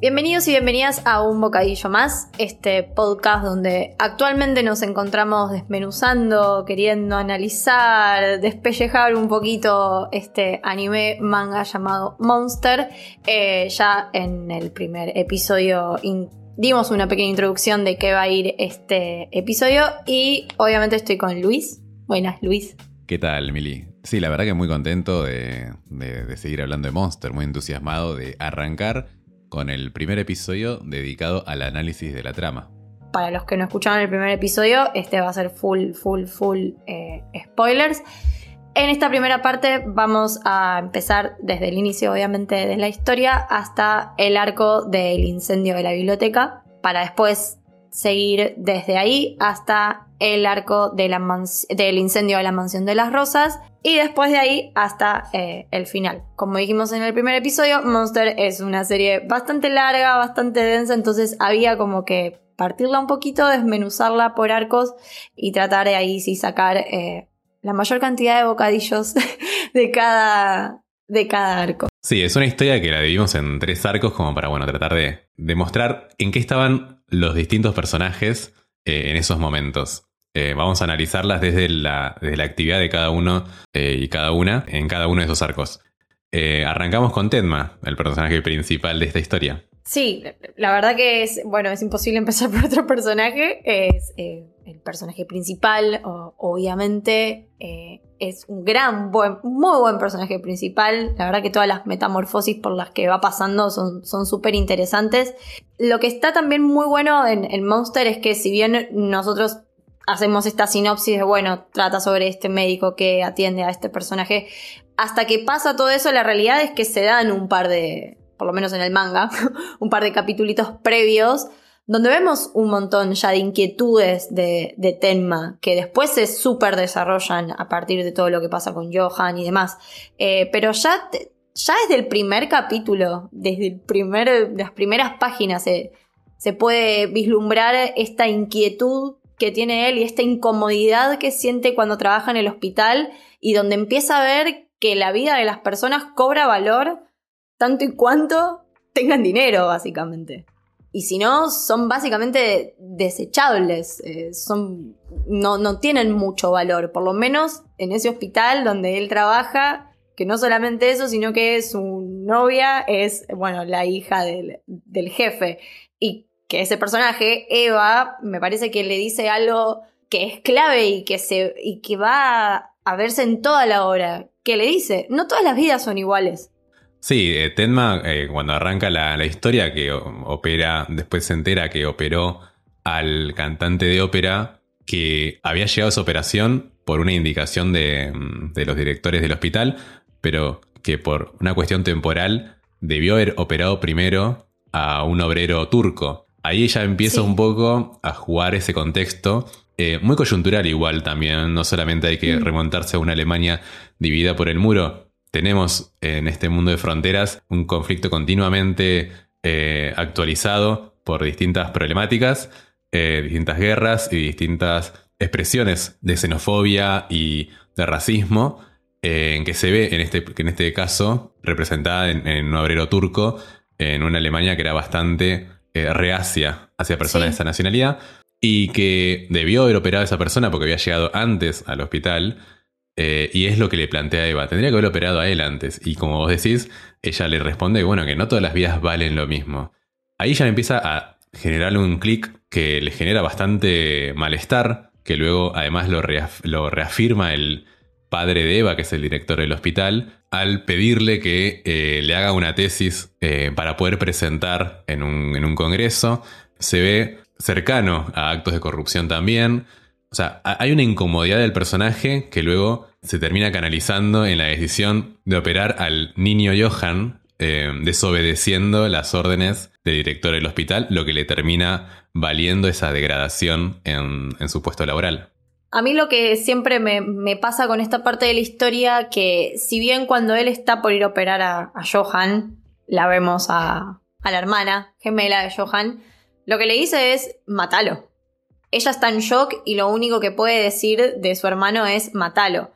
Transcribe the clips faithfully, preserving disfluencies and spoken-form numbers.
Bienvenidos y bienvenidas a Un Bocadillo Más, este podcast donde actualmente nos encontramos desmenuzando, queriendo analizar, despellejar un poquito este anime manga llamado Monster. Eh, ya en el primer episodio in- dimos una pequeña introducción de qué va a ir este episodio y obviamente estoy con Luis. Buenas, Luis. ¿Qué tal, Mili? Sí, la verdad que muy contento de, de, de seguir hablando de Monster, muy entusiasmado de arrancar con el primer episodio dedicado al análisis de la trama. Para los que no escucharon el primer episodio, este va a ser full, full, full eh, spoilers. En esta primera parte vamos a empezar desde el inicio, obviamente, de la historia hasta el arco del incendio de la biblioteca, para después seguir desde ahí hasta el arco de la mans- del incendio de la mansión de las rosas y después de ahí hasta eh, el final. Como dijimos en el primer episodio, Monster es una serie bastante larga, bastante densa, entonces había como que partirla un poquito, desmenuzarla por arcos y tratar de ahí sí sacar eh, la mayor cantidad de bocadillos de cada, de cada arco. Sí, es una historia que la dividimos en tres arcos como para, bueno, tratar de demostrar en qué estaban los distintos personajes eh, en esos momentos. Eh, vamos a analizarlas desde la, desde la actividad de cada uno eh, y cada una en cada uno de esos arcos. Eh, arrancamos con Tenma, el personaje principal de esta historia. Sí, la verdad que es, bueno, es imposible empezar por otro personaje. Es eh, el personaje principal, o, obviamente. Eh, es un gran, buen, muy buen personaje principal. La verdad que todas las metamorfosis por las que va pasando son súper interesantes. Lo que está también muy bueno en, en Monster es que si bien nosotros hacemos esta sinopsis de, bueno, trata sobre este médico que atiende a este personaje, hasta que pasa todo eso, la realidad es que se dan un par de, por lo menos en el manga, un par de capitulitos previos, donde vemos un montón ya de inquietudes de, de Tenma, que después se súper desarrollan a partir de todo lo que pasa con Johan y demás. Eh, pero ya, ya desde el primer capítulo, desde el primer, las primeras páginas, se, se puede vislumbrar esta inquietud que tiene él y esta incomodidad que siente cuando trabaja en el hospital y donde empieza a ver que la vida de las personas cobra valor tanto y cuanto tengan dinero, básicamente. Y si no, son básicamente desechables, eh, son, no, no tienen mucho valor, por lo menos en ese hospital donde él trabaja, que no solamente eso, sino que su novia es, bueno, la hija del, del jefe. Y que ese personaje, Eva, me parece que le dice algo que es clave y que, se, y que va a verse en toda la obra. Que le dice, no todas las vidas son iguales. Sí, eh, Tenma, eh, cuando arranca la, la historia, que opera, después se entera que operó al cantante de ópera, que había llegado a esa operación por una indicación de, de los directores del hospital, pero que por una cuestión temporal debió haber operado primero a un obrero turco. Ahí ya empieza sí. un poco a jugar ese contexto, eh, muy coyuntural igual también, no solamente hay que mm. remontarse a una Alemania dividida por el muro. Tenemos en este mundo de fronteras un conflicto continuamente eh, actualizado por distintas problemáticas, eh, distintas guerras y distintas expresiones de xenofobia y de racismo, eh, en que se ve en este, en este caso representada en, en un obrero turco, en una Alemania que era bastante eh, reacia hacia personas sí. de esa nacionalidad y que debió haber operado a esa persona porque había llegado antes al hospital. Eh, y es lo que le plantea a Eva. Tendría que haber operado a él antes. Y como vos decís, ella le responde que bueno, que no todas las vidas valen lo mismo. Ahí ya empieza a generarle un clic que le genera bastante malestar, que luego además lo, reaf- lo reafirma el padre de Eva, que es el director del hospital, al pedirle que eh, le haga una tesis eh, para poder presentar en un, en un congreso. Se ve cercano a actos de corrupción también. O sea, hay una incomodidad del personaje que luego se termina canalizando en la decisión de operar al niño Johan, eh, desobedeciendo las órdenes del director del hospital, lo que le termina valiendo esa degradación en, en su puesto laboral. A mí lo que siempre me, me pasa con esta parte de la historia, que si bien cuando él está por ir a operar a, a Johan, la vemos a, a la hermana gemela de Johan, lo que le dice es, mátalo. Ella está en shock y lo único que puede decir de su hermano es matalo.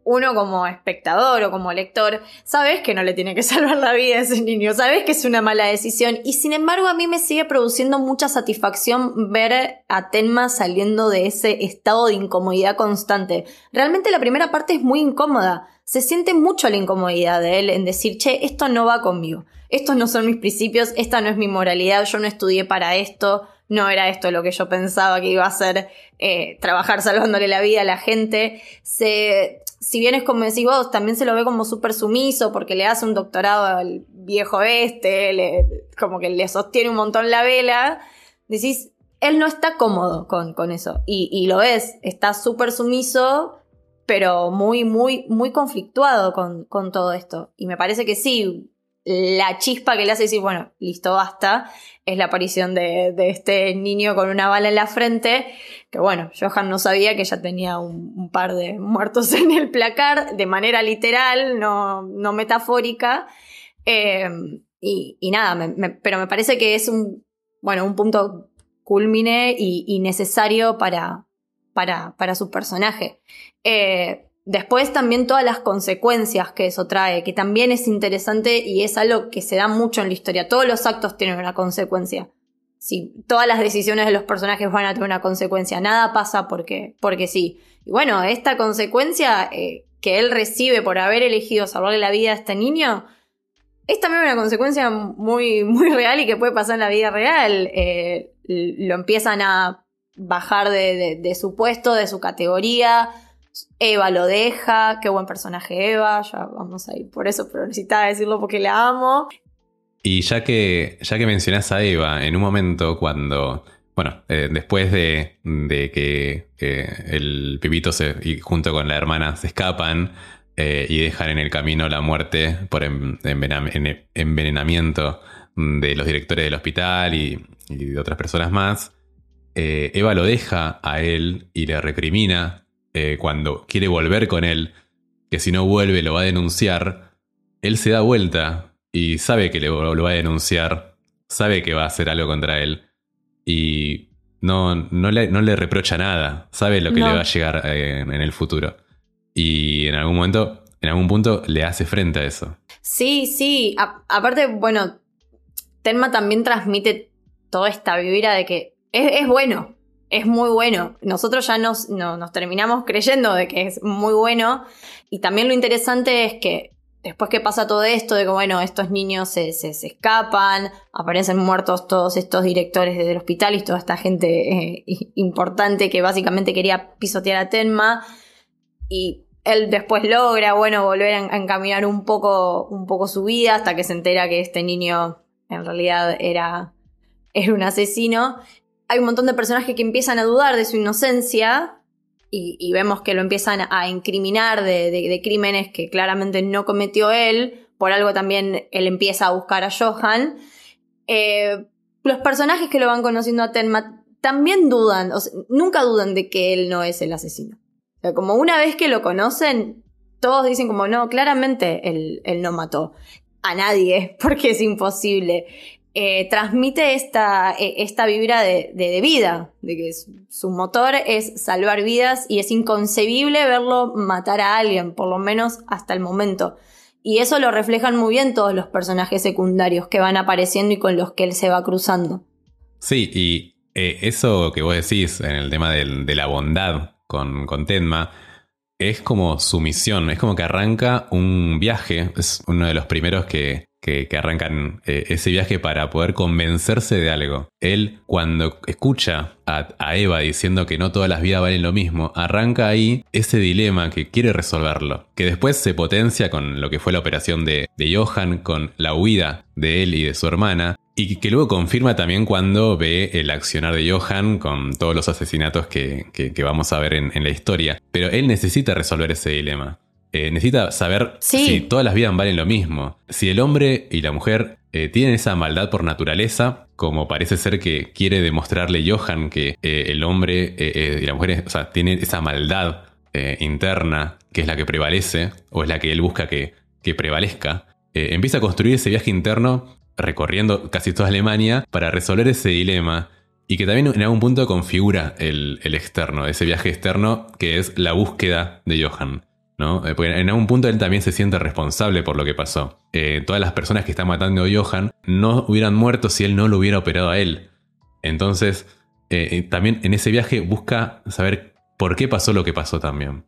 uno como espectador o como lector, sabes que no le tiene que salvar la vida a ese niño, sabes que es una mala decisión, y sin embargo a mí me sigue produciendo mucha satisfacción ver a Tenma saliendo de ese estado de incomodidad constante. Realmente la primera parte es muy incómoda, se siente mucho la incomodidad de él en decir, che, esto no va conmigo, estos no son mis principios, esta no es mi moralidad, yo no estudié para esto, no era esto lo que yo pensaba que iba a ser, eh, trabajar salvándole la vida a la gente. Se, si bien es como decís vos, también se lo ve como súper sumiso porque le hace un doctorado al viejo este, le, como que le sostiene un montón la vela. Decís, él no está cómodo con, con eso. Y, y lo ves, está súper sumiso, pero muy, muy, muy conflictuado con, con todo esto. Y me parece que sí, la chispa que le hace decir, bueno, listo, basta, es la aparición de, de este niño con una bala en la frente, que bueno, Johan no sabía que ya tenía un, un par de muertos en el placar, de manera literal, no, no metafórica, eh, y, y nada, me, me, pero me parece que es un, bueno, un punto culmine y, y necesario para, para, para su personaje. Eh, Después también todas las consecuencias que eso trae, que también es interesante y es algo que se da mucho en la historia. Todos los actos tienen una consecuencia. Sí, todas las decisiones de los personajes van a tener una consecuencia. Nada pasa porque, porque sí. Y bueno, esta consecuencia eh, que él recibe por haber elegido salvarle la vida a este niño es también una consecuencia muy, muy real y que puede pasar en la vida real. Eh, lo empiezan a bajar de, de, de su puesto, de su categoría. Eva lo deja, qué buen personaje Eva, ya vamos a ir por eso, pero necesitaba decirlo porque la amo. Y ya que, ya que mencionás a Eva, en un momento cuando, bueno, eh, después de, de que eh, el pibito se, y junto con la hermana se escapan eh, y dejan en el camino la muerte por en, envena, envenenamiento de los directores del hospital y, y de otras personas más, eh, Eva lo deja a él y le recrimina Eh, cuando quiere volver con él, que si no vuelve lo va a denunciar. Él se da vuelta y sabe que lo, lo va a denunciar, sabe que va a hacer algo contra él y no, no, le, no le reprocha nada, sabe lo que no. le va a llegar eh, en, en el futuro y en algún momento, en algún punto le hace frente a eso. Sí, sí, a, aparte, bueno, Tenma también transmite toda esta vibra de que es, es bueno. Es muy bueno. Nosotros ya nos, no, nos terminamos creyendo de que es muy bueno. Y también lo interesante es que después que pasa todo esto, de que bueno, estos niños se, se, se escapan, aparecen muertos todos estos directores del hospital y toda esta gente eh, importante que básicamente quería pisotear a Tenma. Y él después logra, bueno, volver a, a encaminar un poco, un poco su vida hasta que se entera que este niño en realidad era, era un asesino. Hay un montón de personajes que empiezan a dudar de su inocencia y, y vemos que lo empiezan a incriminar de, de, de crímenes que claramente no cometió él. Por algo también él empieza a buscar a Johan. Eh, los personajes que lo van conociendo a Tenma también dudan, o sea, nunca dudan de que él no es el asesino. O sea, como una vez que lo conocen, todos dicen como no, claramente él, él no mató a nadie porque es imposible. Eh, transmite esta, eh, esta vibra de, de, de vida, de que su, su motor es salvar vidas y es inconcebible verlo matar a alguien, por lo menos hasta el momento. Y eso lo reflejan muy bien todos los personajes secundarios que van apareciendo y con los que él se va cruzando. Sí, y eh, eso que vos decís en el tema del, de la bondad con, con Tenma es como su misión, es como que arranca un viaje, es uno de los primeros que... Que, que arrancan eh, ese viaje para poder convencerse de algo. Él, cuando escucha a, a Eva diciendo que no todas las vidas valen lo mismo, arranca ahí ese dilema que quiere resolverlo. Que después se potencia con lo que fue la operación de, de Johan, con la huida de él y de su hermana. Y que luego confirma también cuando ve el accionar de Johan con todos los asesinatos que, que, que vamos a ver en, en la historia. Pero él necesita resolver ese dilema. Eh, necesita saber sí. si todas las vidas valen lo mismo. Si el hombre y la mujer eh, tienen esa maldad por naturaleza, como parece ser que quiere demostrarle Johan que eh, el hombre eh, eh, y la mujer o sea, tienen esa maldad eh, interna que es la que prevalece, o es la que él busca que, que prevalezca. Eh, empieza a construir ese viaje interno recorriendo casi toda Alemania para resolver ese dilema. Y que también en algún punto configura el, el externo, ese viaje externo que es la búsqueda de Johan, ¿no? Eh, porque en algún punto él también se siente responsable por lo que pasó. Eh, todas las personas que están matando a Johan no hubieran muerto si él no lo hubiera operado a él. Entonces, eh, también en ese viaje busca saber por qué pasó lo que pasó también.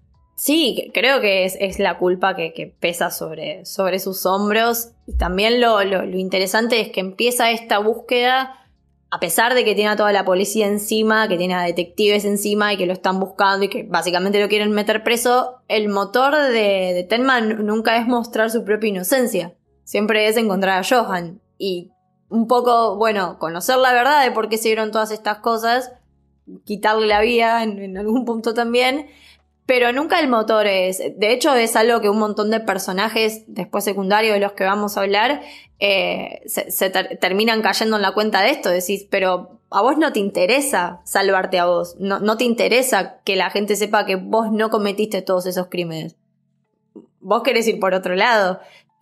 Sí, creo que es, es la culpa que, que pesa sobre, sobre sus hombros. Y también lo, lo, lo interesante es que empieza esta búsqueda, a pesar de que tiene a toda la policía encima, que tiene a detectives encima y que lo están buscando y que básicamente lo quieren meter preso, el motor de, de Tenma nunca es mostrar su propia inocencia. Siempre es encontrar a Johan. Y un poco, bueno, conocer la verdad de por qué se dieron todas estas cosas, quitarle la vida en, en algún punto también. Pero nunca el motor es... De hecho, es algo que un montón de personajes después secundarios de los que vamos a hablar eh, se, se ter- terminan cayendo en la cuenta de esto. Decís, pero a vos no te interesa salvarte a vos. No, no te interesa que la gente sepa que vos no cometiste todos esos crímenes. Vos querés ir por otro lado.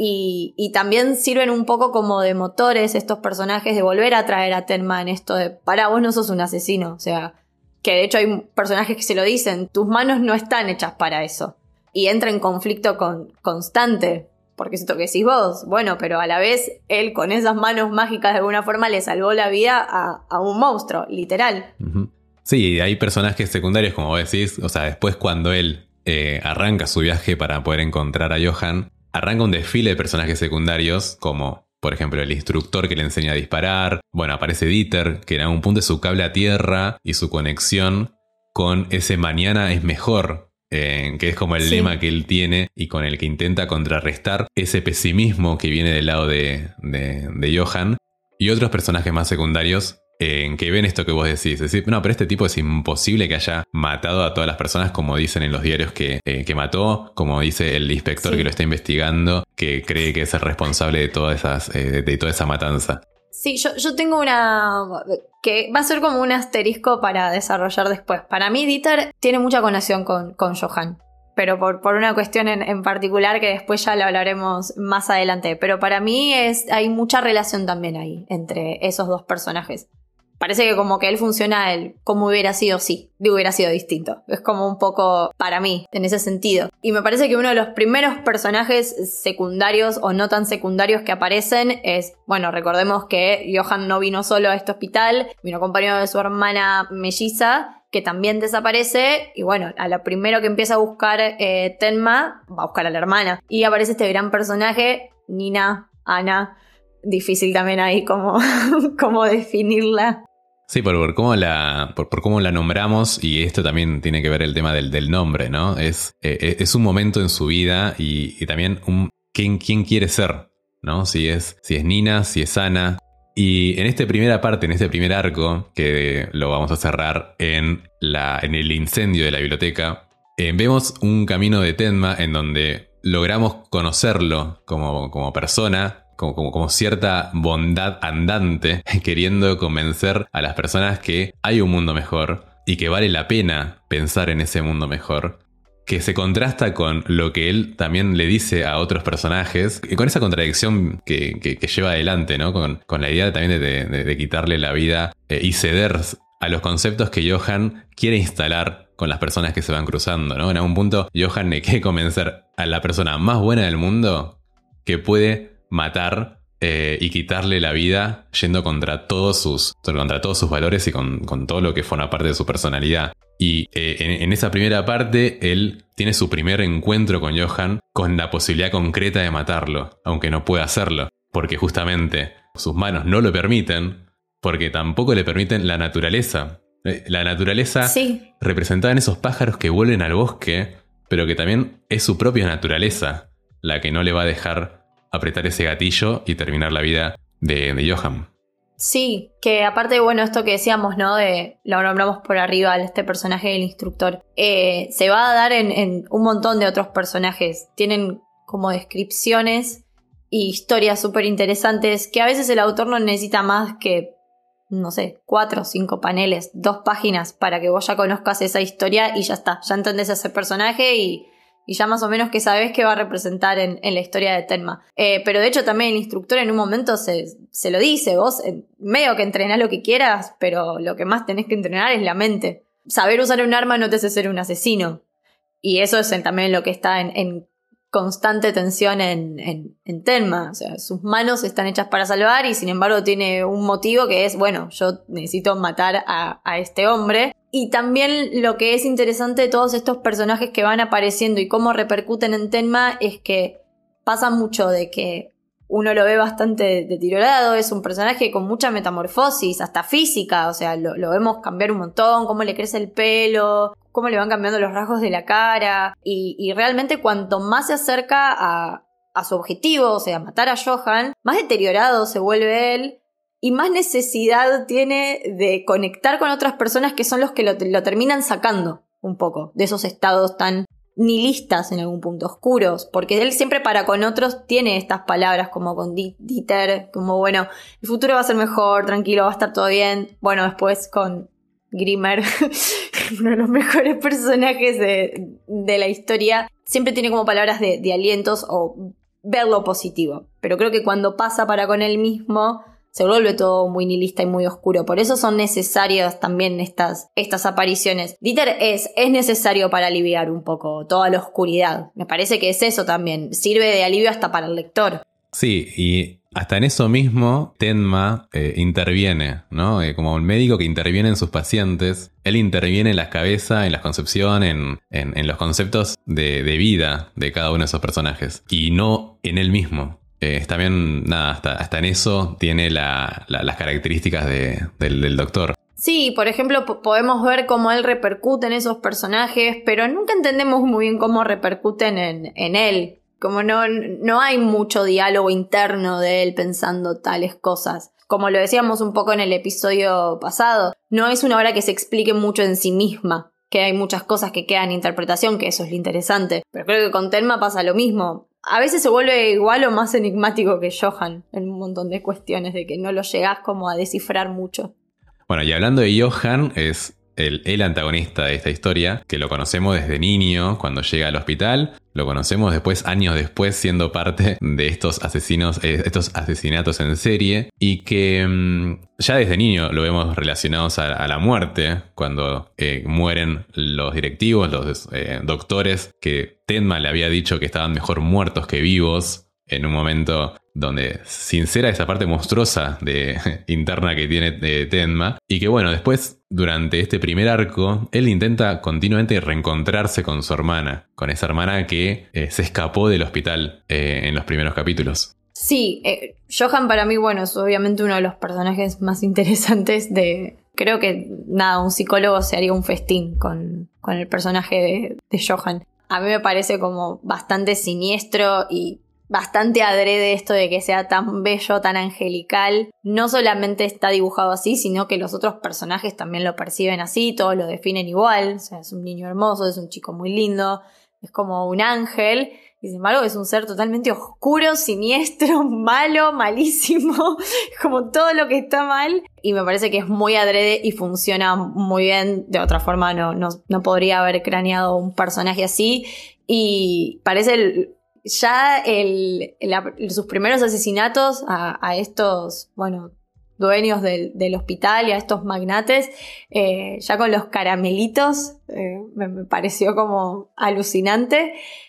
Y, y también sirven un poco como de motores estos personajes de volver a traer a Tenma en esto de... Pará, vos no sos un asesino. O sea... Que de hecho hay personajes que se lo dicen, tus manos no están hechas para eso. Y entra en conflicto con, constante, porque es esto que decís vos, bueno, pero a la vez él con esas manos mágicas de alguna forma le salvó la vida a, a un monstruo, literal. Uh-huh. Sí, hay personajes secundarios, como vos decís, o sea, después cuando él eh, arranca su viaje para poder encontrar a Johan, arranca un desfile de personajes secundarios, como... Por ejemplo, el instructor que le enseña a disparar. Bueno, aparece Dieter, que en algún punto es su cable a tierra y su conexión con ese mañana es mejor, eh, que es como el sí. lema que él tiene y con el que intenta contrarrestar ese pesimismo que viene del lado de, de, de Johan. Y otros personajes más secundarios eh, que ven esto que vos decís. Es decir, no, pero este tipo es imposible que haya matado a todas las personas como dicen en los diarios que, eh, que mató, como dice el inspector sí. que lo está investigando, que cree que es el responsable de todas esas, eh, de toda esa matanza. Sí, yo, yo tengo una... que va a ser como un asterisco para desarrollar después. Para mí, Dieter tiene mucha conexión con, con Johan. Pero por, por una cuestión en, en particular que después ya lo hablaremos más adelante. Pero para mí es, hay mucha relación también ahí entre esos dos personajes. Parece que como que él funciona el como hubiera sido sí, hubiera sido distinto. Es como un poco para mí, en ese sentido. Y me parece que uno de los primeros personajes secundarios o no tan secundarios que aparecen es, bueno, recordemos que Johan no vino solo a este hospital, vino acompañado de su hermana melliza, que también desaparece. Y bueno, a lo primero que empieza a buscar eh, Tenma, va a buscar a la hermana. Y aparece este gran personaje, Nina, Ana. Difícil también ahí como, como definirla. Sí, por, por, cómo la, por, por cómo la nombramos, y esto también tiene que ver el tema del, del nombre, ¿no? Es, eh, es un momento en su vida y, y también un quién, quién quiere ser, ¿no? Si es, si es Nina, si es Ana. Y en esta primera parte, en este primer arco, que lo vamos a cerrar en, la, en el incendio de la biblioteca, eh, vemos un camino de Tenma en donde logramos conocerlo como, como persona, Como, como, como cierta bondad andante, queriendo convencer a las personas que hay un mundo mejor y que vale la pena pensar en ese mundo mejor, que se contrasta con lo que él también le dice a otros personajes, y con esa contradicción que, que, que lleva adelante, ¿no? Con, con la idea también de, de, de quitarle la vida eh, y ceder a los conceptos que Johan quiere instalar con las personas que se van cruzando, ¿no? En algún punto, Johan le quiere convencer a la persona más buena del mundo que puede matar eh, y quitarle la vida yendo contra todos sus, contra todos sus valores y con, con todo lo que forma parte de su personalidad. Y eh, en, en esa primera parte, él tiene su primer encuentro con Johan con la posibilidad concreta de matarlo, aunque no pueda hacerlo, porque justamente sus manos no lo permiten, porque tampoco le permiten la naturaleza. La naturaleza sí. representada en esos pájaros que vuelven al bosque, pero que también es su propia naturaleza la que no le va a dejar apretar ese gatillo y terminar la vida de, de Johan. Sí, que aparte, bueno, esto que decíamos, ¿no? De lo nombramos por arriba, este personaje del instructor. Eh, se va a dar en, en un montón de otros personajes. Tienen como descripciones y historias súper interesantes que a veces el autor no necesita más que, no sé, cuatro o cinco paneles, dos páginas para que vos ya conozcas esa historia y ya está. Ya entendés a ese personaje y... Y ya más o menos que sabés qué va a representar en, en la historia de Tenma. Eh, pero de hecho también el instructor en un momento se, se lo dice. Vos eh, medio que entrenás lo que quieras, pero lo que más tenés que entrenar es la mente. Saber usar un arma no te hace ser un asesino. Y eso es el, también lo que está en, en constante tensión en, en, en Tenma. O sea, sus manos están hechas para salvar y sin embargo tiene un motivo que es, bueno, yo necesito matar a, a este hombre. Y también lo que es interesante de todos estos personajes que van apareciendo y cómo repercuten en Tenma es que pasa mucho de que uno lo ve bastante deteriorado, es un personaje con mucha metamorfosis, hasta física, o sea, lo, lo vemos cambiar un montón, cómo le crece el pelo, cómo le van cambiando los rasgos de la cara, y, y realmente cuanto más se acerca a, a su objetivo, o sea, matar a Johan, más deteriorado se vuelve él, y más necesidad tiene de conectar con otras personas que son los que lo, lo terminan sacando un poco de esos estados tan nihilistas en algún punto, oscuros, porque él siempre para con otros tiene estas palabras como con Dieter, como bueno, el futuro va a ser mejor, tranquilo, va a estar todo bien. Bueno, después con Grimmer, uno de los mejores personajes de, de la historia, siempre tiene como palabras de, de alientos o ver lo positivo, pero creo que cuando pasa para con él mismo se vuelve todo muy nihilista y muy oscuro. Por eso son necesarias también estas, estas apariciones. Dieter es, es necesario para aliviar un poco toda la oscuridad. Me parece que es eso también. Sirve de alivio hasta para el lector. Sí, y hasta en eso mismo Tenma eh, interviene, ¿no? Eh, como un médico que interviene en sus pacientes. Él interviene en la cabeza, en la concepción, en, en, en los conceptos de, de vida de cada uno de esos personajes. Y no en él mismo. Eh, también, nada, hasta, hasta en eso tiene la, la, las características de, del, del doctor. Sí, por ejemplo, p- podemos ver cómo él repercute en esos personajes, pero nunca entendemos muy bien cómo repercuten en, en él. Como no, no hay mucho diálogo interno de él pensando tales cosas. Como lo decíamos un poco en el episodio pasado, no es una obra que se explique mucho en sí misma, que hay muchas cosas que quedan en interpretación, que eso es lo interesante. Pero creo que con Tenma pasa lo mismo. A veces se vuelve igual o más enigmático que Johan en un montón de cuestiones, de que no lo llegás como a descifrar mucho. Bueno, y hablando de Johan, es el, el antagonista de esta historia, que lo conocemos desde niño, cuando llega al hospital. Lo conocemos después, años después, siendo parte de estos asesinos, eh, estos asesinatos en serie. Y que mmm, ya desde niño lo vemos relacionados a, a la muerte, cuando eh, mueren los directivos, los eh, doctores, que Tenma le había dicho que estaban mejor muertos que vivos. En un momento donde sincera esa parte monstruosa de, interna que tiene de Tenma. Y que bueno, después, durante este primer arco, él intenta continuamente reencontrarse con su hermana. Con esa hermana que eh, se escapó del hospital eh, en los primeros capítulos. Sí, eh, Johan para mí, bueno, es obviamente uno de los personajes más interesantes de... Creo que, nada, un psicólogo se haría un festín con, con el personaje de, de Johan. A mí me parece como bastante siniestro y bastante adrede esto de que sea tan bello, tan angelical. No solamente está dibujado así, sino que los otros personajes también lo perciben así, todos lo definen igual. O sea, es un niño hermoso, es un chico muy lindo, es como un ángel. Y sin embargo es un ser totalmente oscuro, siniestro, malo, malísimo, como todo lo que está mal. Y me parece que es muy adrede y funciona muy bien. De otra forma no, no, no podría haber craneado un personaje así. Y parece... El, Ya el, el, sus primeros asesinatos a, a estos, bueno, dueños del, del hospital y a estos magnates, eh, ya con los caramelitos, eh, me, me pareció como alucinante.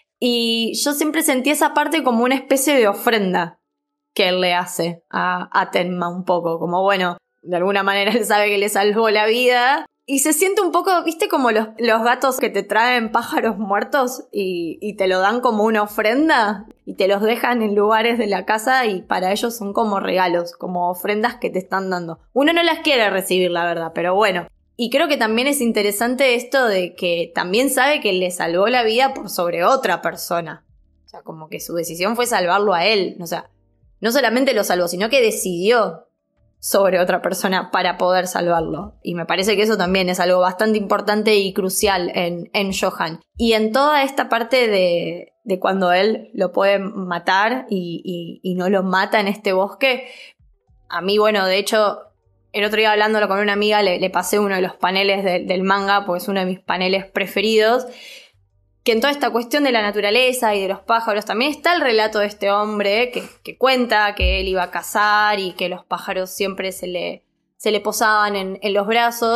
Y yo siempre sentí esa parte como una especie de ofrenda que él le hace a, a Tenma un poco. Como bueno, de alguna manera él sabe que le salvó la vida. Y se siente un poco, viste, como los, los gatos que te traen pájaros muertos y, y te lo dan como una ofrenda y te los dejan en lugares de la casa y para ellos son como regalos, como ofrendas que te están dando. Uno no las quiere recibir, la verdad, pero bueno. Y creo que también es interesante esto de que también sabe que le salvó la vida por sobre otra persona. O sea, como que su decisión fue salvarlo a él. O sea, no solamente lo salvó, sino que decidió sobre otra persona para poder salvarlo. Y me parece que eso también es algo bastante importante y crucial en, en Johan. Y en toda esta parte de, de cuando él lo puede matar y, y, y no lo mata en este bosque, a mí, bueno, de hecho, el otro día hablándolo con una amiga le, le pasé uno de los paneles de, del manga, porque es uno de mis paneles preferidos, que en toda esta cuestión de la naturaleza y de los pájaros también está el relato de este hombre que, que cuenta que él iba a cazar y que los pájaros siempre se le, se le posaban en, en los brazos,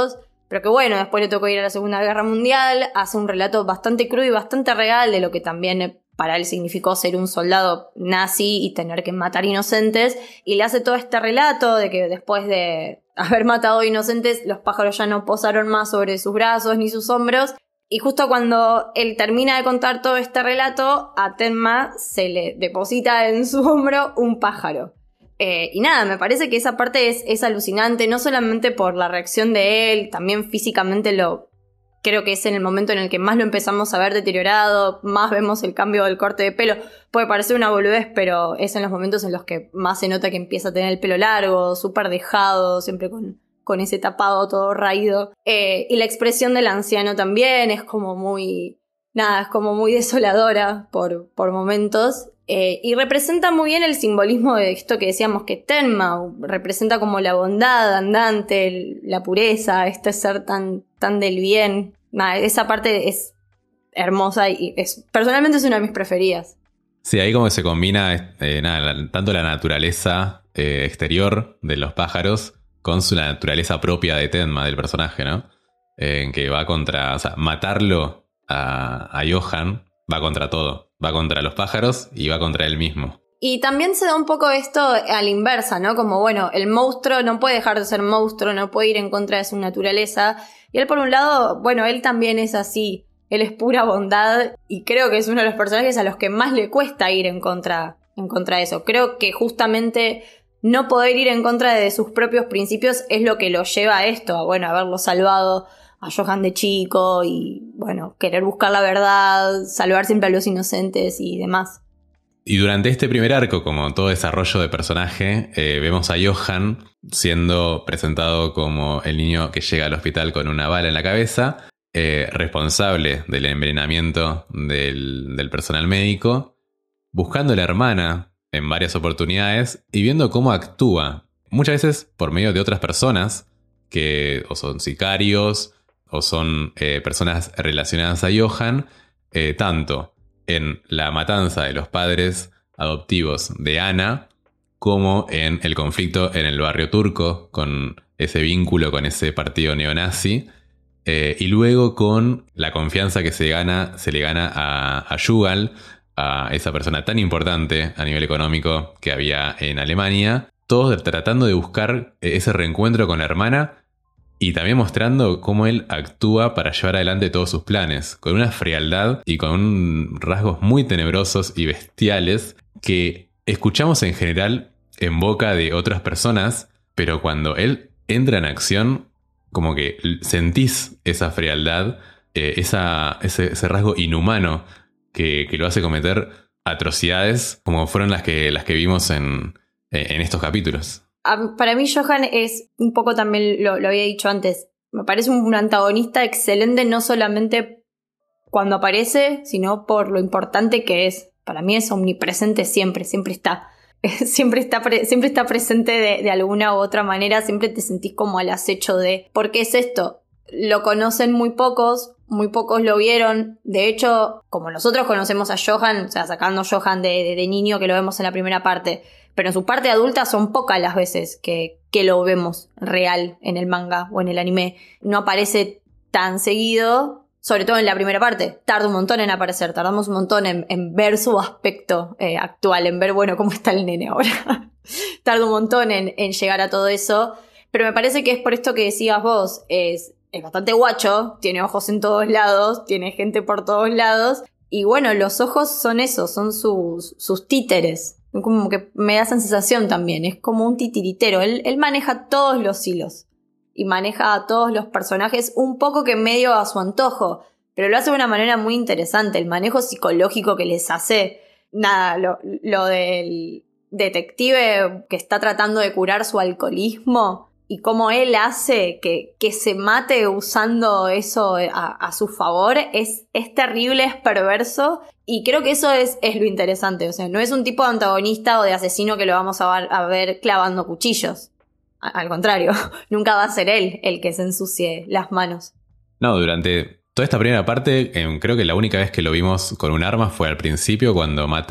pero que bueno, después le tocó ir a la Segunda Guerra Mundial, hace un relato bastante crudo y bastante real de lo que también para él significó ser un soldado nazi y tener que matar inocentes, y le hace todo este relato de que después de haber matado inocentes, los pájaros ya no posaron más sobre sus brazos ni sus hombros, y justo cuando él termina de contar todo este relato, a Tenma se le deposita en su hombro un pájaro. Eh, y nada, me parece que esa parte es, es alucinante, no solamente por la reacción de él, también físicamente lo... Creo que es en el momento en el que más lo empezamos a ver deteriorado, más vemos el cambio del corte de pelo. Puede parecer una boludez, pero es en los momentos en los que más se nota que empieza a tener el pelo largo, súper dejado, siempre con, con ese tapado todo raído. Eh, y la expresión del anciano también es como muy... Nada, es como muy desoladora por, por momentos. Eh, y representa muy bien el simbolismo de esto que decíamos que Tenma representa como la bondad andante, el, la pureza, este ser tan, tan del bien. Nah, esa parte es hermosa y es, personalmente es una de mis preferidas. Sí, ahí como se combina eh, nada, la, tanto la naturaleza eh, exterior de los pájaros con su la naturaleza propia de Tenma, del personaje, ¿no? Eh, en que va contra, o sea, matarlo a, a Johan va contra todo. Va contra los pájaros y va contra él mismo. Y también se da un poco esto a la inversa, ¿no? Como, bueno, el monstruo no puede dejar de ser monstruo, no puede ir en contra de su naturaleza. Y él, por un lado, bueno, él también es así. Él es pura bondad y creo que es uno de los personajes a los que más le cuesta ir en contra, en contra de eso. Creo que justamente no poder ir en contra de sus propios principios es lo que lo lleva a esto, a, bueno, haberlo salvado a Johan de chico y, bueno, querer buscar la verdad, salvar siempre a los inocentes y demás. Y durante este primer arco, como todo desarrollo de personaje, eh, vemos a Johan siendo presentado como el niño que llega al hospital con una bala en la cabeza, eh, responsable del envenenamiento del, del personal médico, buscando a la hermana en varias oportunidades y viendo cómo actúa, muchas veces por medio de otras personas que o son sicarios o son eh, personas relacionadas a Johan, eh, tanto en la matanza de los padres adoptivos de Ana, como en el conflicto en el barrio turco, con ese vínculo con ese partido neonazi, eh, y luego con la confianza que se, gana, se le gana a, a Yugal, a esa persona tan importante a nivel económico que había en Alemania, todos tratando de buscar ese reencuentro con la hermana, y también mostrando cómo él actúa para llevar adelante todos sus planes, con una frialdad y con rasgos muy tenebrosos y bestiales que escuchamos en general en boca de otras personas, pero cuando él entra en acción, como que sentís esa frialdad, eh, esa, ese, ese rasgo inhumano que, que lo hace cometer atrocidades como fueron las que, las que vimos en, en estos capítulos. Para mí Johan es un poco, también lo, lo había dicho antes, me parece un antagonista excelente no solamente cuando aparece, sino por lo importante que es. Para mí es omnipresente siempre, siempre está. Siempre está, pre- siempre está presente de, de alguna u otra manera, siempre te sentís como al acecho de... ¿Por qué es esto? Lo conocen muy pocos, muy pocos lo vieron. De hecho, como nosotros conocemos a Johan, o sea, sacando Johan de, de, de niño que lo vemos en la primera parte, pero en su parte adulta son pocas las veces que, que lo vemos real en el manga o en el anime. No aparece tan seguido, sobre todo en la primera parte. Tarda un montón en aparecer, tardamos un montón en, en ver su aspecto eh, actual, en ver, bueno, cómo está el nene ahora. Tarda un montón en, en llegar a todo eso, pero me parece que es por esto que decías vos, es, es bastante guacho, tiene ojos en todos lados, tiene gente por todos lados, y bueno, los ojos son eso, son sus, sus títeres. Como que me da esa sensación también, es como un titiritero, él, él maneja todos los hilos y maneja a todos los personajes un poco que medio a su antojo, pero lo hace de una manera muy interesante, el manejo psicológico que les hace, nada, lo, lo del detective que está tratando de curar su alcoholismo y cómo él hace que, que se mate usando eso a, a su favor, es, es terrible, es perverso. Y creo que eso es, es lo interesante, o sea, no es un tipo de antagonista o de asesino que lo vamos a ver, a ver clavando cuchillos. A, al contrario, nunca va a ser él el que se ensucie las manos. No, durante toda esta primera parte, eh, creo que la única vez que lo vimos con un arma fue al principio cuando mata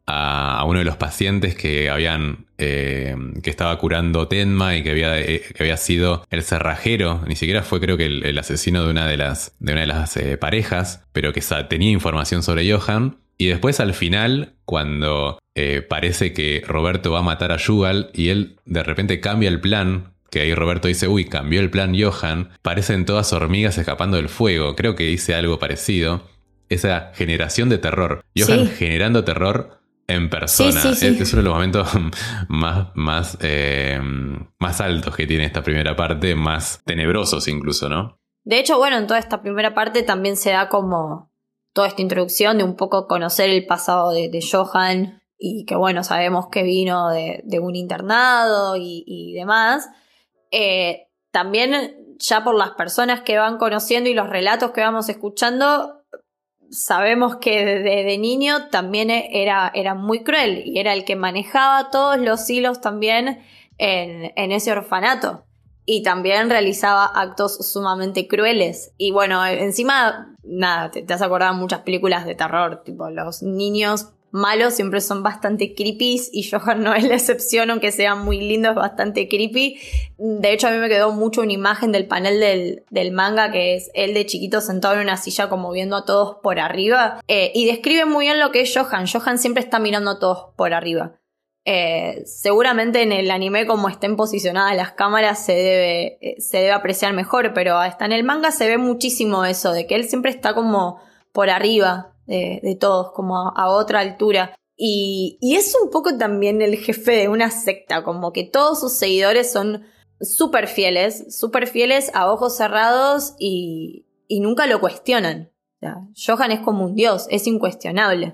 a, a uno de los pacientes que habían eh, que estaba curando Tenma y que había, eh, que había sido el cerrajero, ni siquiera fue creo que el, el asesino de una de las, de una de las eh, parejas, pero que tenía información sobre Johan. Y después al final, cuando eh, parece que Roberto va a matar a Yuval y él de repente cambia el plan, que ahí Roberto dice, uy, cambió el plan Johan, parecen todas hormigas escapando del fuego. Creo que dice algo parecido. Esa generación de terror. Johan sí. generando terror en persona. Sí, sí, sí. Este es uno de los momentos más, más, eh, más altos que tiene esta primera parte, más tenebrosos incluso, ¿no? De hecho, bueno, en toda esta primera parte también se da como toda esta introducción de un poco conocer el pasado de, de Johan y que, bueno, sabemos que vino de, de un internado y, y demás. Eh, también ya por las personas que van conociendo y los relatos que vamos escuchando, sabemos que desde de niño también era, era muy cruel y era el que manejaba todos los hilos también en, en ese orfanato. Y también realizaba actos sumamente crueles. Y bueno, encima, nada, te, te has acordado de muchas películas de terror. Tipo, los niños malos siempre son bastante creepy. Y Johan no es la excepción, aunque sea muy lindo, es bastante creepy. De hecho, a mí me quedó mucho una imagen del panel del, del manga, que es él de chiquito sentado en una silla como viendo a todos por arriba. Eh, y describe muy bien lo que es Johan. Johan siempre está mirando a todos por arriba. Eh, seguramente en el anime, como estén posicionadas las cámaras, se debe, eh, se debe apreciar mejor, pero hasta en el manga se ve muchísimo eso, de que él siempre está como por arriba de, de todos, como a, a otra altura. Y, y es un poco también el jefe de una secta, como que todos sus seguidores son súper fieles, súper fieles a ojos cerrados y, y nunca lo cuestionan. O sea, Johan es como un dios, es incuestionable.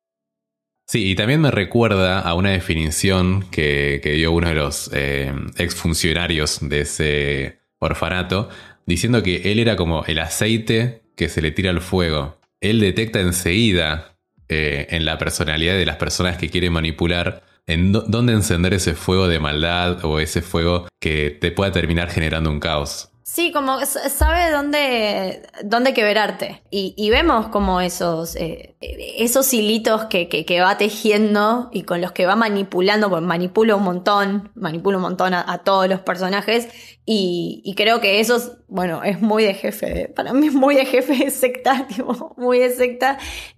Sí, y también me recuerda a una definición que, que dio uno de los eh, exfuncionarios de ese orfanato, diciendo que él era como el aceite que se le tira al fuego. Él detecta enseguida eh, en la personalidad de las personas que quiere manipular en do- dónde encender ese fuego de maldad o ese fuego que te pueda terminar generando un caos. Sí, como sabe dónde, dónde quebrarte. Y, y vemos como esos, eh, esos hilitos que, que, que va tejiendo y con los que va manipulando, pues manipula un montón, manipula un montón a, a todos los personajes. Y, y creo que eso, bueno, es muy de jefe. Para mí es muy de jefe de secta, tipo, muy de secta.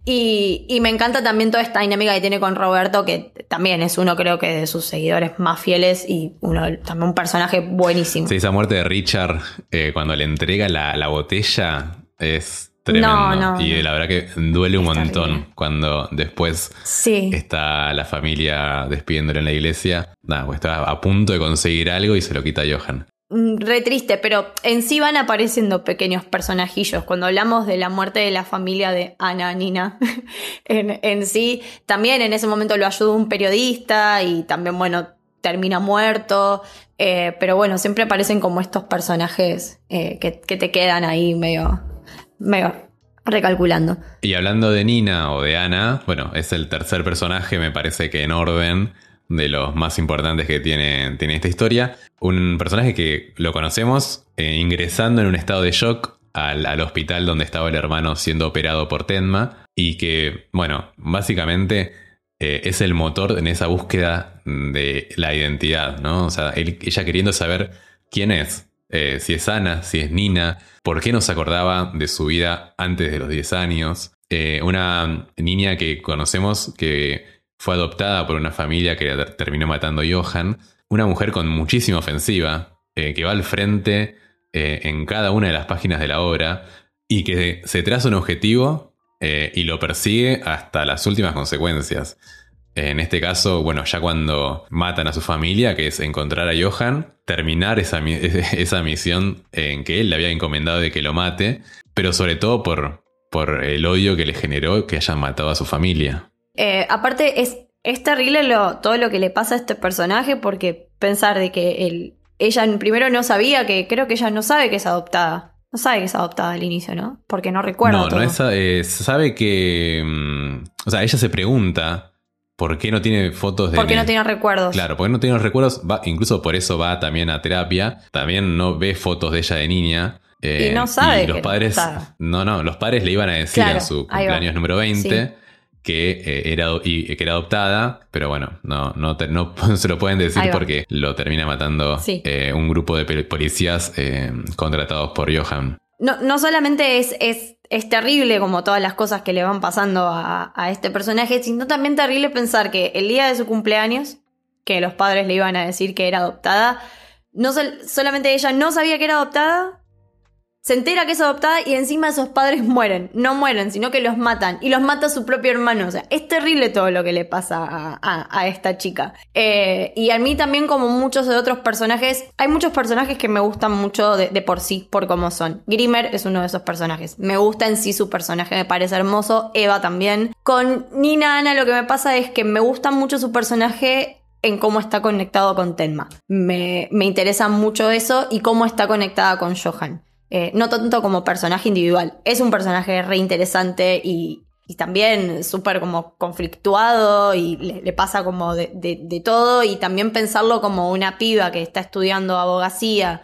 Y, y me encanta también toda esta dinámica que tiene con Roberto, que también es uno, creo que de sus seguidores más fieles y uno también un personaje buenísimo. Sí, esa muerte de Richard, eh, cuando le entrega la, la botella, es tremendo. No, no, y la verdad que duele un es montón terrible. Cuando después sí. está la familia despidiéndolo en la iglesia. Nada, pues está a punto de conseguir algo y se lo quita a Johan. Re triste, pero en sí van apareciendo pequeños personajillos. Cuando hablamos de la muerte de la familia de Ana Nina, en, en sí, también en ese momento lo ayuda un periodista y también, bueno, termina muerto. Eh, pero bueno, siempre aparecen como estos personajes eh, que, que te quedan ahí medio, medio recalculando. Y hablando de Nina o de Ana, bueno, es el tercer personaje, me parece que en orden, de los más importantes que tiene, tiene esta historia. Un personaje que lo conocemos eh, ingresando en un estado de shock al, al hospital donde estaba el hermano siendo operado por Tenma y que, bueno, básicamente eh, es el motor en esa búsqueda de la identidad, ¿no? O sea, él, ella queriendo saber quién es, eh, si es Ana, si es Nina, por qué no se acordaba de su vida antes de los diez años. Eh, una niña que conocemos que fue adoptada por una familia que terminó matando a Johan. Una mujer con muchísima ofensiva, eh, que va al frente eh, en cada una de las páginas de la obra y que se traza un objetivo eh, y lo persigue hasta las últimas consecuencias. En este caso, bueno, ya cuando matan a su familia, que es encontrar a Johan, terminar esa, esa misión en que él le había encomendado de que lo mate, pero sobre todo por, por el odio que le generó que hayan matado a su familia. Eh, aparte es, es terrible lo, todo lo que le pasa a este personaje, porque pensar de que él, ella primero no sabía, que creo que ella no sabe que es adoptada. No sabe que es adoptada al inicio, ¿no? Porque no recuerda No, todo. no es, eh, sabe que... Um, o sea, ella se pregunta por qué no tiene fotos de... ¿Por qué no tiene recuerdos? Claro, porque no tiene recuerdos, va, incluso por eso va también a terapia. También no ve fotos de ella de niña. Eh, y no sabe y los que padres, no, no, no, los padres le iban a decir, claro, en su cumpleaños número veinte... Sí. que, eh, era, y, que era adoptada, pero bueno, no, no, te, no se lo pueden decir porque lo termina matando sí. eh, un grupo de policías eh, contratados por Johan. No, no solamente es, es, es terrible como todas las cosas que le van pasando a, a este personaje, sino también terrible pensar que el día de su cumpleaños, que los padres le iban a decir que era adoptada, no sol- solamente ella no sabía que era adoptada, se entera que es adoptada y encima esos padres mueren. No mueren, sino que los matan. Y los mata su propio hermano. O sea, es terrible todo lo que le pasa a, a, a esta chica. Eh, y a mí también, como muchos de otros personajes, hay muchos personajes que me gustan mucho de, de por sí, por cómo son. Grimmer es uno de esos personajes. Me gusta en sí su personaje, me parece hermoso. Eva también. Con Nina Anna lo que me pasa es que me gusta mucho su personaje en cómo está conectado con Tenma. Me, me interesa mucho eso y cómo está conectada con Johan. Eh, no tanto como personaje individual. Es un personaje re interesante y, y también súper como conflictuado y le, le pasa como de, de, de todo. Y también pensarlo como una piba que está estudiando abogacía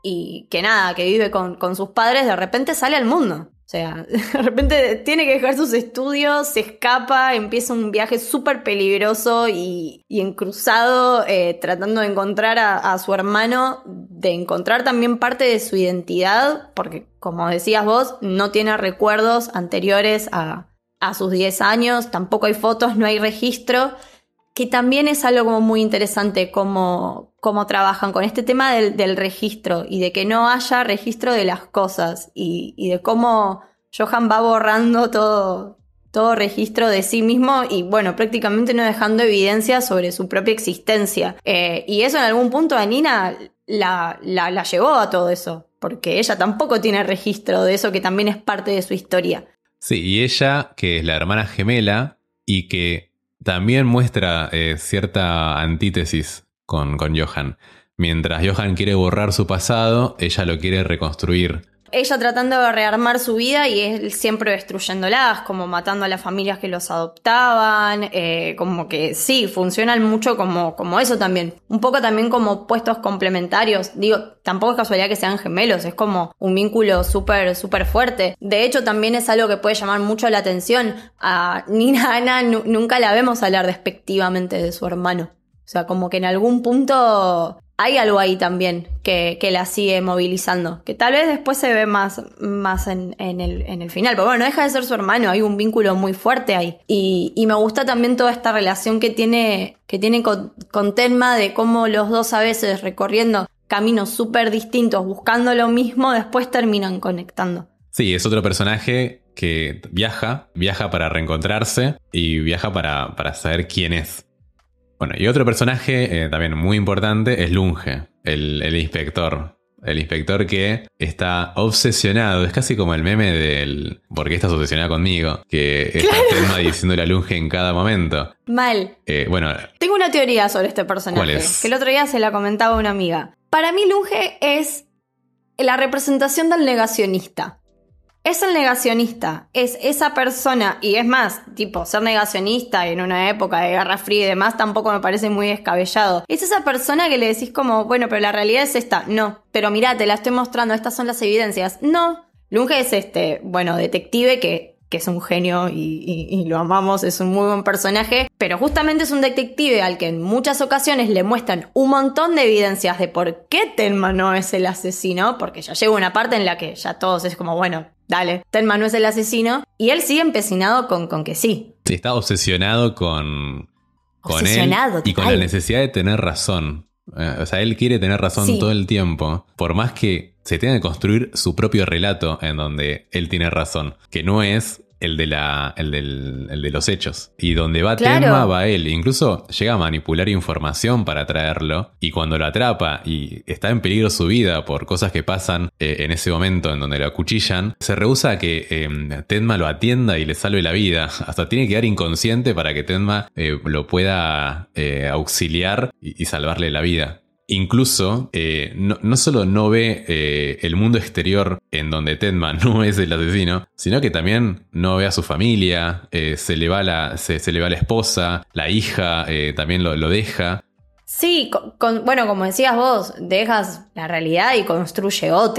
y que nada, que vive con, con sus padres, de repente sale al mundo. O sea, de repente tiene que dejar sus estudios, se escapa, empieza un viaje súper peligroso y, y encruzado, eh, tratando de encontrar a, a su hermano, de encontrar también parte de su identidad, porque como decías vos, no tiene recuerdos anteriores a, a sus diez años, tampoco hay fotos, no hay registro, que también es algo como muy interesante cómo, cómo trabajan con este tema del, del registro y de que no haya registro de las cosas y, y de cómo Johan va borrando todo, todo registro de sí mismo y bueno, prácticamente no dejando evidencia sobre su propia existencia. Eh, y eso en algún punto a Nina la, la, la llevó a todo eso, porque ella tampoco tiene registro de eso que también es parte de su historia. Sí, y ella, que es la hermana gemela y que también muestra eh, cierta antítesis con, con Johan. Mientras Johan quiere borrar su pasado, ella lo quiere reconstruir. Ella tratando de rearmar su vida y él siempre destruyéndolas, como matando a las familias que los adoptaban, eh, como que sí, funcionan mucho como, como eso también. Un poco también como puestos complementarios. Digo, tampoco es casualidad que sean gemelos, es como un vínculo súper, súper fuerte. De hecho, también es algo que puede llamar mucho la atención. A Nina Anna n- nunca la vemos hablar despectivamente de su hermano. O sea, como que en algún punto hay algo ahí también que, que la sigue movilizando, que tal vez después se ve más, más en, en, el, en el final, pero bueno, no deja de ser su hermano, hay un vínculo muy fuerte ahí. Y, y me gusta también toda esta relación que tiene, que tiene con, con Tenma, de cómo los dos a veces recorriendo caminos súper distintos, buscando lo mismo, después terminan conectando. Sí, es otro personaje que viaja, viaja para reencontrarse y viaja para, para saber quién es. Bueno, y otro personaje eh, también muy importante es Lunge, el, el inspector. El inspector que está obsesionado, es casi como el meme del ¿por qué estás obsesionada conmigo? Que está claro. Tenma diciéndole a Lunge en cada momento. Mal. Eh, bueno, tengo una teoría sobre este personaje. ¿Cuál es? Que el otro día se la comentaba a una amiga. Para mí Lunge es la representación del negacionista. Es el negacionista, es esa persona, y es más, tipo, ser negacionista en una época de Guerra Fría y demás tampoco me parece muy descabellado. Es esa persona que le decís como, bueno, pero la realidad es esta. No, pero mirá, te la estoy mostrando, estas son las evidencias. No, Lunge es este, bueno, detective que, que es un genio y, y, y lo amamos, es un muy buen personaje, pero justamente es un detective al que en muchas ocasiones le muestran un montón de evidencias de por qué Tenma no es el asesino, porque ya llega una parte en la que ya todos es como, bueno, dale, Tenma no es el asesino, y él sigue empecinado con, con que sí. Sí, está obsesionado con, con obsesionado, él y total. con la necesidad de tener razón. Eh, o sea, él quiere tener razón sí. todo el tiempo, por más que se tenga que construir su propio relato en donde él tiene razón, que no es el de, la, el del, el de los hechos. Y donde va claro. Tenma, va él. Incluso llega a manipular información para traerlo. Y cuando lo atrapa y está en peligro su vida por cosas que pasan eh, en ese momento en donde lo acuchillan, se rehúsa a que eh, Tenma lo atienda y le salve la vida. Hasta tiene que quedar inconsciente para que Tenma eh, lo pueda eh, auxiliar y, y salvarle la vida. Incluso, eh, no, no solo no ve eh, el mundo exterior en donde Tenma no es el asesino, sino que también no ve a su familia, eh, se, le va la, se, se le va la esposa, la hija eh, también lo, lo deja. Sí, con, con, bueno, como decías vos, dejas la realidad y construye otra.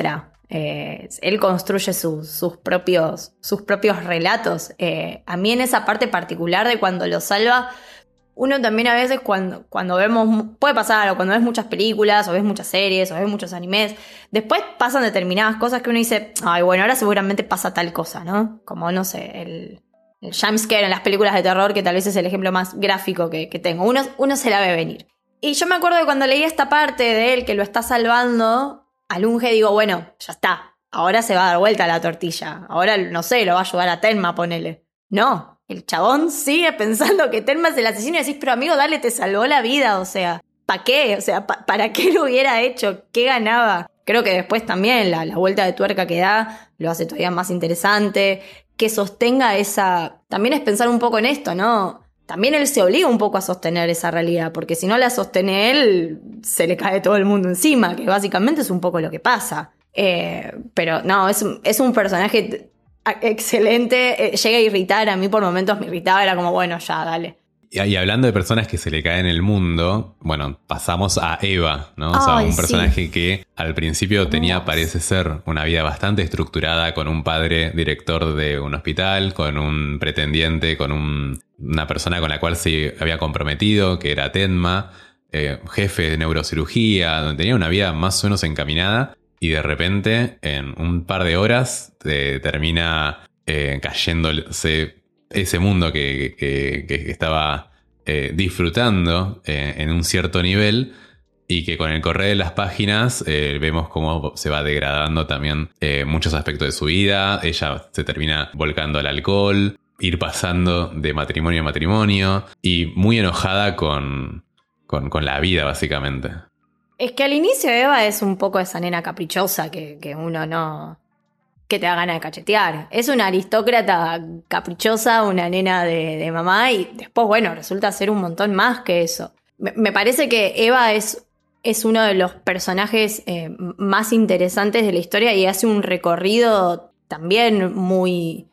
Eh, él construye su, sus, propios, sus propios relatos. Eh, a mí en esa parte particular de cuando lo salva, uno también a veces cuando, cuando vemos, puede pasar, o cuando ves muchas películas, o ves muchas series, o ves muchos animes, después pasan determinadas cosas que uno dice, ay, bueno, ahora seguramente pasa tal cosa, ¿no? Como, no sé, el, el jumpscare en las películas de terror, que tal vez es el ejemplo más gráfico que, que tengo. Uno, uno se la ve venir. Y yo me acuerdo de cuando leí esta parte de él que lo está salvando a Lunge, digo, bueno, ya está, ahora se va a dar vuelta la tortilla, ahora, no sé, lo va a ayudar a Tenma, ponele. No. El chabón sigue pensando que Tenma es el asesino y decís, pero amigo, dale, te salvó la vida, o sea, ¿para qué? O sea, pa- ¿para qué lo hubiera hecho? ¿Qué ganaba? Creo que después también la, la vuelta de tuerca que da lo hace todavía más interesante, que sostenga esa... También es pensar un poco en esto, ¿no? También él se obliga un poco a sostener esa realidad, porque si no la sostiene él, se le cae todo el mundo encima, que básicamente es un poco lo que pasa. Eh, pero no, es, es un personaje... excelente, eh, llega a irritar, a mí por momentos me irritaba, era como, bueno, ya, dale. Y, y hablando de personas que se le caen el mundo, bueno, pasamos a Eva, ¿no? Ay, o sea, un sí. personaje que al principio tenía, Hermoso. parece ser, una vida bastante estructurada, con un padre director de un hospital, con un pretendiente, con un, una persona con la cual se había comprometido, que era Tenma, eh, jefe de neurocirugía, donde tenía una vida más o menos encaminada. Y de repente, en un par de horas, eh, termina eh, cayéndose ese mundo que, que, que estaba eh, disfrutando eh, en un cierto nivel, y que con el correr de las páginas eh, vemos cómo se va degradando también eh, muchos aspectos de su vida. Ella se termina volcando al alcohol, ir pasando de matrimonio a matrimonio, y muy enojada con, con, con la vida, básicamente. Es que al inicio Eva es un poco esa nena caprichosa que, que uno no... que te da ganas de cachetear. Es una aristócrata caprichosa, una nena de, de mamá, y después, bueno, resulta ser un montón más que eso. Me, me parece que Eva es, es uno de los personajes eh, más interesantes de la historia y hace un recorrido también muy,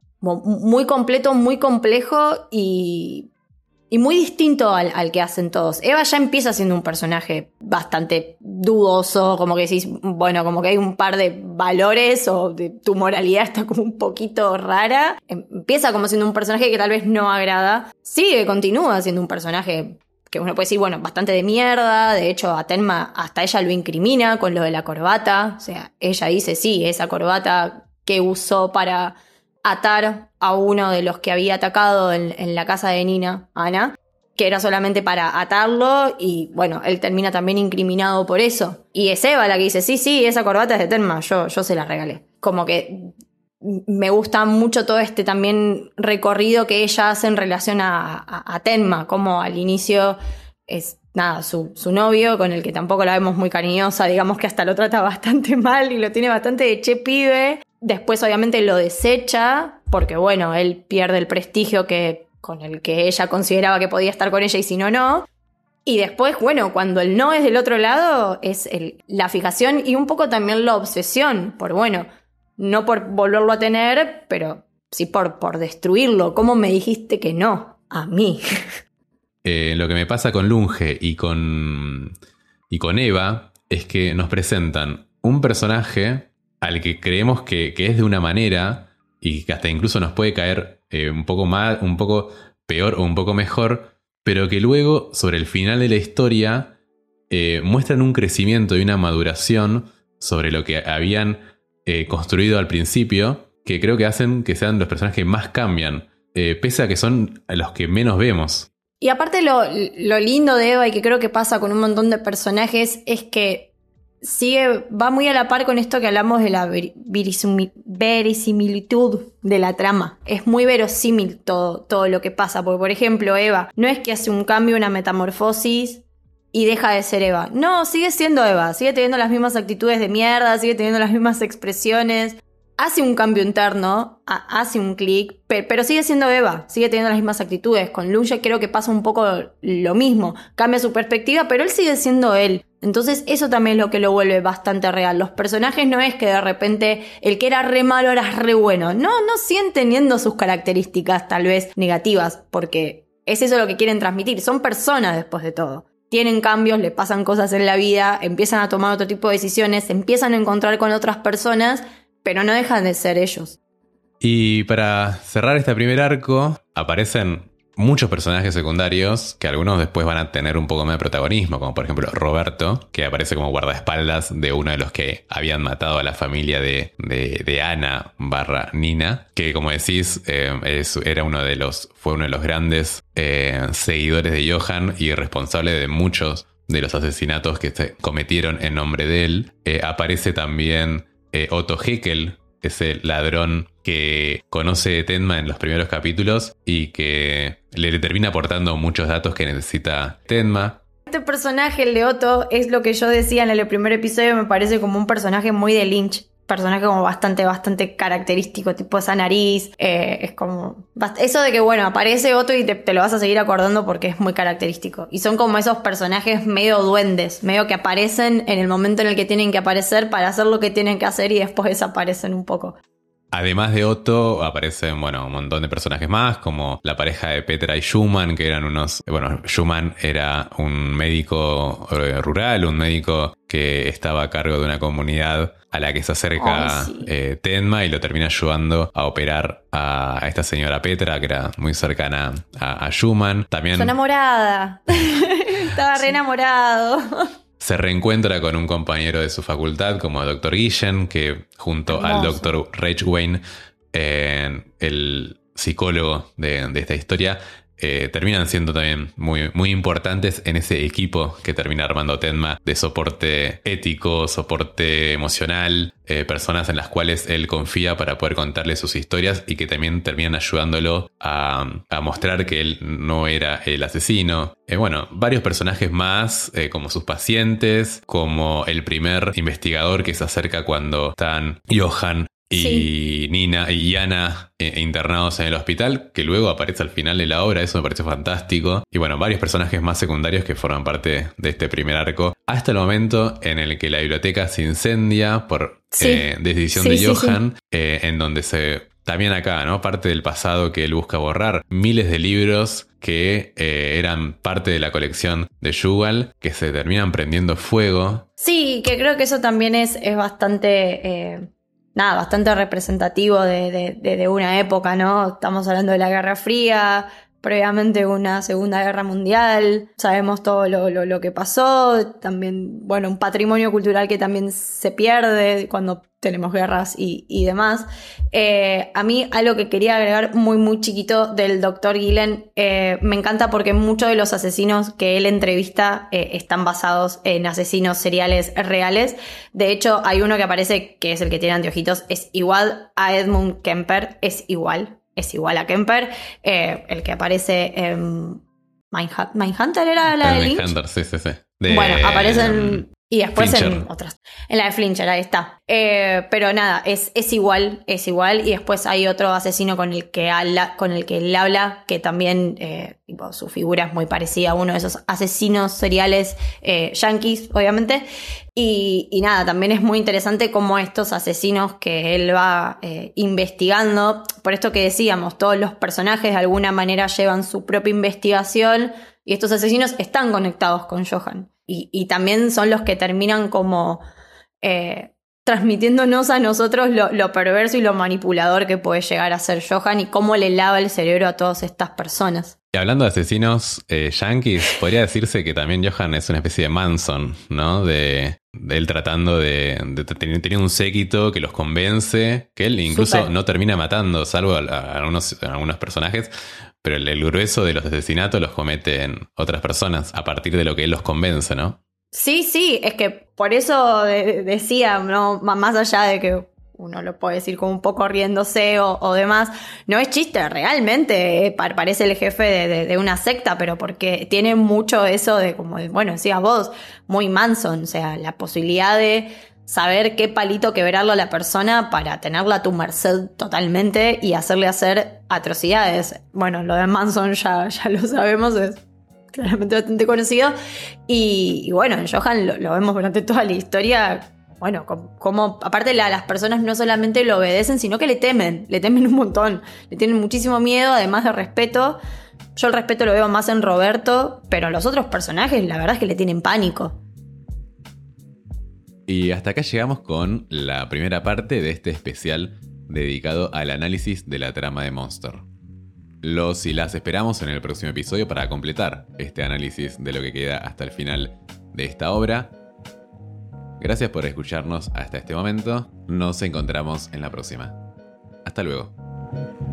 muy completo, muy complejo y... y muy distinto al, al que hacen todos. Eva ya empieza siendo un personaje bastante dudoso, como que decís, bueno, como que hay un par de valores o de, tu moralidad está como un poquito rara. Empieza como siendo un personaje que tal vez no agrada. Sigue, continúa siendo un personaje que uno puede decir, bueno, bastante de mierda. De hecho, a Tenma hasta ella lo incrimina con lo de la corbata. O sea, ella dice, sí, esa corbata que usó para... atar a uno de los que había atacado en, en la casa de Nina, Ana, que era solamente para atarlo, y bueno, él termina también incriminado por eso. Y es Eva la que dice, sí, sí, esa corbata es de Tenma, yo, yo se la regalé. Como que me gusta mucho todo este también recorrido que ella hace en relación a, a, a Tenma, como al inicio es... nada, su, su novio, con el que tampoco la vemos muy cariñosa, digamos que hasta lo trata bastante mal y lo tiene bastante de che pibe. Después obviamente lo desecha, porque bueno, él pierde el prestigio que, con el que ella consideraba que podía estar con ella y si no, no. Y después, bueno, cuando el no es del otro lado, es el, la fijación y un poco también la obsesión, por bueno, no por volverlo a tener, pero sí por, por destruirlo. ¿Cómo me dijiste que no? A mí. Eh, lo que me pasa con Lunge y con, y con Eva es que nos presentan un personaje al que creemos que, que es de una manera y que hasta incluso nos puede caer eh, un poco mal, un poco peor o un poco mejor, pero que luego, sobre el final de la historia, eh, muestran un crecimiento y una maduración sobre lo que habían eh, construido al principio, que creo que hacen que sean los personajes que más cambian, eh, pese a que son los que menos vemos. Y aparte lo, lo lindo de Eva y que creo que pasa con un montón de personajes es que sigue, va muy a la par con esto que hablamos de la ver, verisimilitud de la trama. Es muy verosímil todo, todo lo que pasa, porque por ejemplo Eva no es que hace un cambio, una metamorfosis y deja de ser Eva. No, sigue siendo Eva, sigue teniendo las mismas actitudes de mierda, sigue teniendo las mismas expresiones. Hace un cambio interno, hace un clic, pero sigue siendo Eva, sigue teniendo las mismas actitudes. Con Lunge creo que pasa un poco lo mismo. Cambia su perspectiva, pero él sigue siendo él. Entonces eso también es lo que lo vuelve bastante real. Los personajes no es que de repente el que era re malo era re bueno. No, no siguen teniendo sus características tal vez negativas, porque es eso lo que quieren transmitir. Son personas después de todo. tienen cambios, le pasan cosas en la vida, empiezan a tomar otro tipo de decisiones, se empiezan a encontrar con otras personas, pero no dejan de ser ellos. Y para cerrar este primer arco, aparecen muchos personajes secundarios que algunos después van a tener un poco más de protagonismo, como por ejemplo Roberto, que aparece como guardaespaldas de uno de los que habían matado a la familia de, de, de Ana barra Nina, que como decís eh, es, era uno de los, fue uno de los grandes eh, seguidores de Johann y responsable de muchos de los asesinatos que se cometieron en nombre de él. Eh, aparece también eh, Otto Haeckel, ese ladrón que conoce Tenma en los primeros capítulos y que le termina aportando muchos datos que necesita Tenma. Este personaje, el de Otto, es lo que yo decía en el primer episodio, me parece como un personaje muy de Lynch. Personaje como bastante, bastante característico, tipo esa nariz, eh, es como... Eso de que, bueno, aparece Otto y te, te lo vas a seguir acordando porque es muy característico. Y son como esos personajes medio duendes, medio que aparecen en el momento en el que tienen que aparecer para hacer lo que tienen que hacer y después desaparecen un poco. Además de Otto, aparecen, bueno, un montón de personajes más, como la pareja de Petra y Schumann, que eran unos... Bueno, Schumann era un médico rural, un médico que estaba a cargo de una comunidad a la que se acerca oh, sí. eh, Tenma y lo termina ayudando a operar a, a esta señora Petra, que era muy cercana a, a Schumann. También... Su enamorada. Estaba re enamorado. Se reencuentra con un compañero de su facultad como el doctor Guillen, que junto Hermoso. al doctor Ridgway, eh, el psicólogo de, de esta historia, eh, terminan siendo también muy, muy importantes en ese equipo que termina armando Tenma de soporte ético, soporte emocional, eh, personas en las cuales él confía para poder contarle sus historias y que también terminan ayudándolo a, a mostrar que él no era el asesino. Eh, bueno, varios personajes más, eh, como sus pacientes, como el primer investigador que se acerca cuando están Johann y sí. Nina y Ana eh, internados en el hospital, que luego aparece al final de la obra. Eso me pareció fantástico. Y bueno, varios personajes más secundarios que forman parte de este primer arco, hasta el momento en el que la biblioteca se incendia por sí. eh, decisión sí, de sí, Johann, sí. Eh, en donde se... También acá, ¿no? Parte del pasado que él busca borrar. Miles de libros que eh, eran parte de la colección de Yuval, que se terminan prendiendo fuego. Sí, que creo que eso también es, es bastante... Eh... Nada, bastante representativo de, de, de, de una época, ¿no? Estamos hablando de la Guerra Fría, previamente una Segunda Guerra Mundial, sabemos todo lo, lo, lo que pasó, también, bueno, un patrimonio cultural que también se pierde cuando tenemos guerras y, y demás. Eh, a mí algo que quería agregar muy muy chiquito del doctor Guillen, eh, me encanta porque muchos de los asesinos que él entrevista eh, están basados en asesinos seriales reales. De hecho, hay uno que aparece, que es el que tiene anteojitos, es igual a Edmund Kemper, es igual. Es igual a Kemper, eh, el que aparece en Mindhunter, Mindhunter era la de Lynch. Mindhunter, sí, sí, sí. De, bueno, aparecen y después Fincher. en otras. En la de Flincher, ahí está. Eh, pero nada, es, es igual, es igual. Y después hay otro asesino con el que habla, con el que él habla, que también eh, tipo, su figura es muy parecida a uno de esos asesinos seriales eh, yankees, obviamente. Y, y nada, también es muy interesante cómo estos asesinos que él va eh, investigando, por esto que decíamos, todos los personajes de alguna manera llevan su propia investigación y estos asesinos están conectados con Johann. Y, y también son los que terminan como eh, transmitiéndonos a nosotros lo, lo perverso y lo manipulador que puede llegar a ser Johann y cómo le lava el cerebro a todas estas personas. Y hablando de asesinos eh, yankees, podría decirse que también Johann es una especie de Manson, ¿no? De, de él tratando de, de, de tener un séquito que los convence, que él incluso Super. no termina matando, salvo a, a, algunos, a algunos personajes, pero el, el grueso de los asesinatos los cometen otras personas a partir de lo que él los convence, ¿no? Sí, sí, es que por eso de, decía, ¿no? Más allá de que uno lo puede decir como un poco riéndose o, o demás, no es chiste, realmente eh, parece el jefe de, de, de una secta, pero porque tiene mucho eso de, como, bueno, decías vos, muy Manson, o sea, la posibilidad de saber qué palito quebrarlo a la persona para tenerla a tu merced totalmente y hacerle hacer atrocidades. Bueno, lo de Manson ya, ya lo sabemos, es claramente bastante conocido. Y, y bueno, en Johann lo, lo vemos durante toda la historia. Bueno, como, como aparte la, las personas no solamente lo obedecen, sino que le temen, le temen un montón, le tienen muchísimo miedo, además de respeto. Yo el respeto lo veo más en Roberto, pero a los otros personajes la verdad es que le tienen pánico. Y hasta acá llegamos con la primera parte de este especial dedicado al análisis de la trama de Monster. Los y las esperamos en el próximo episodio para completar este análisis de lo que queda hasta el final de esta obra. Gracias por escucharnos hasta este momento. Nos encontramos en la próxima. Hasta luego.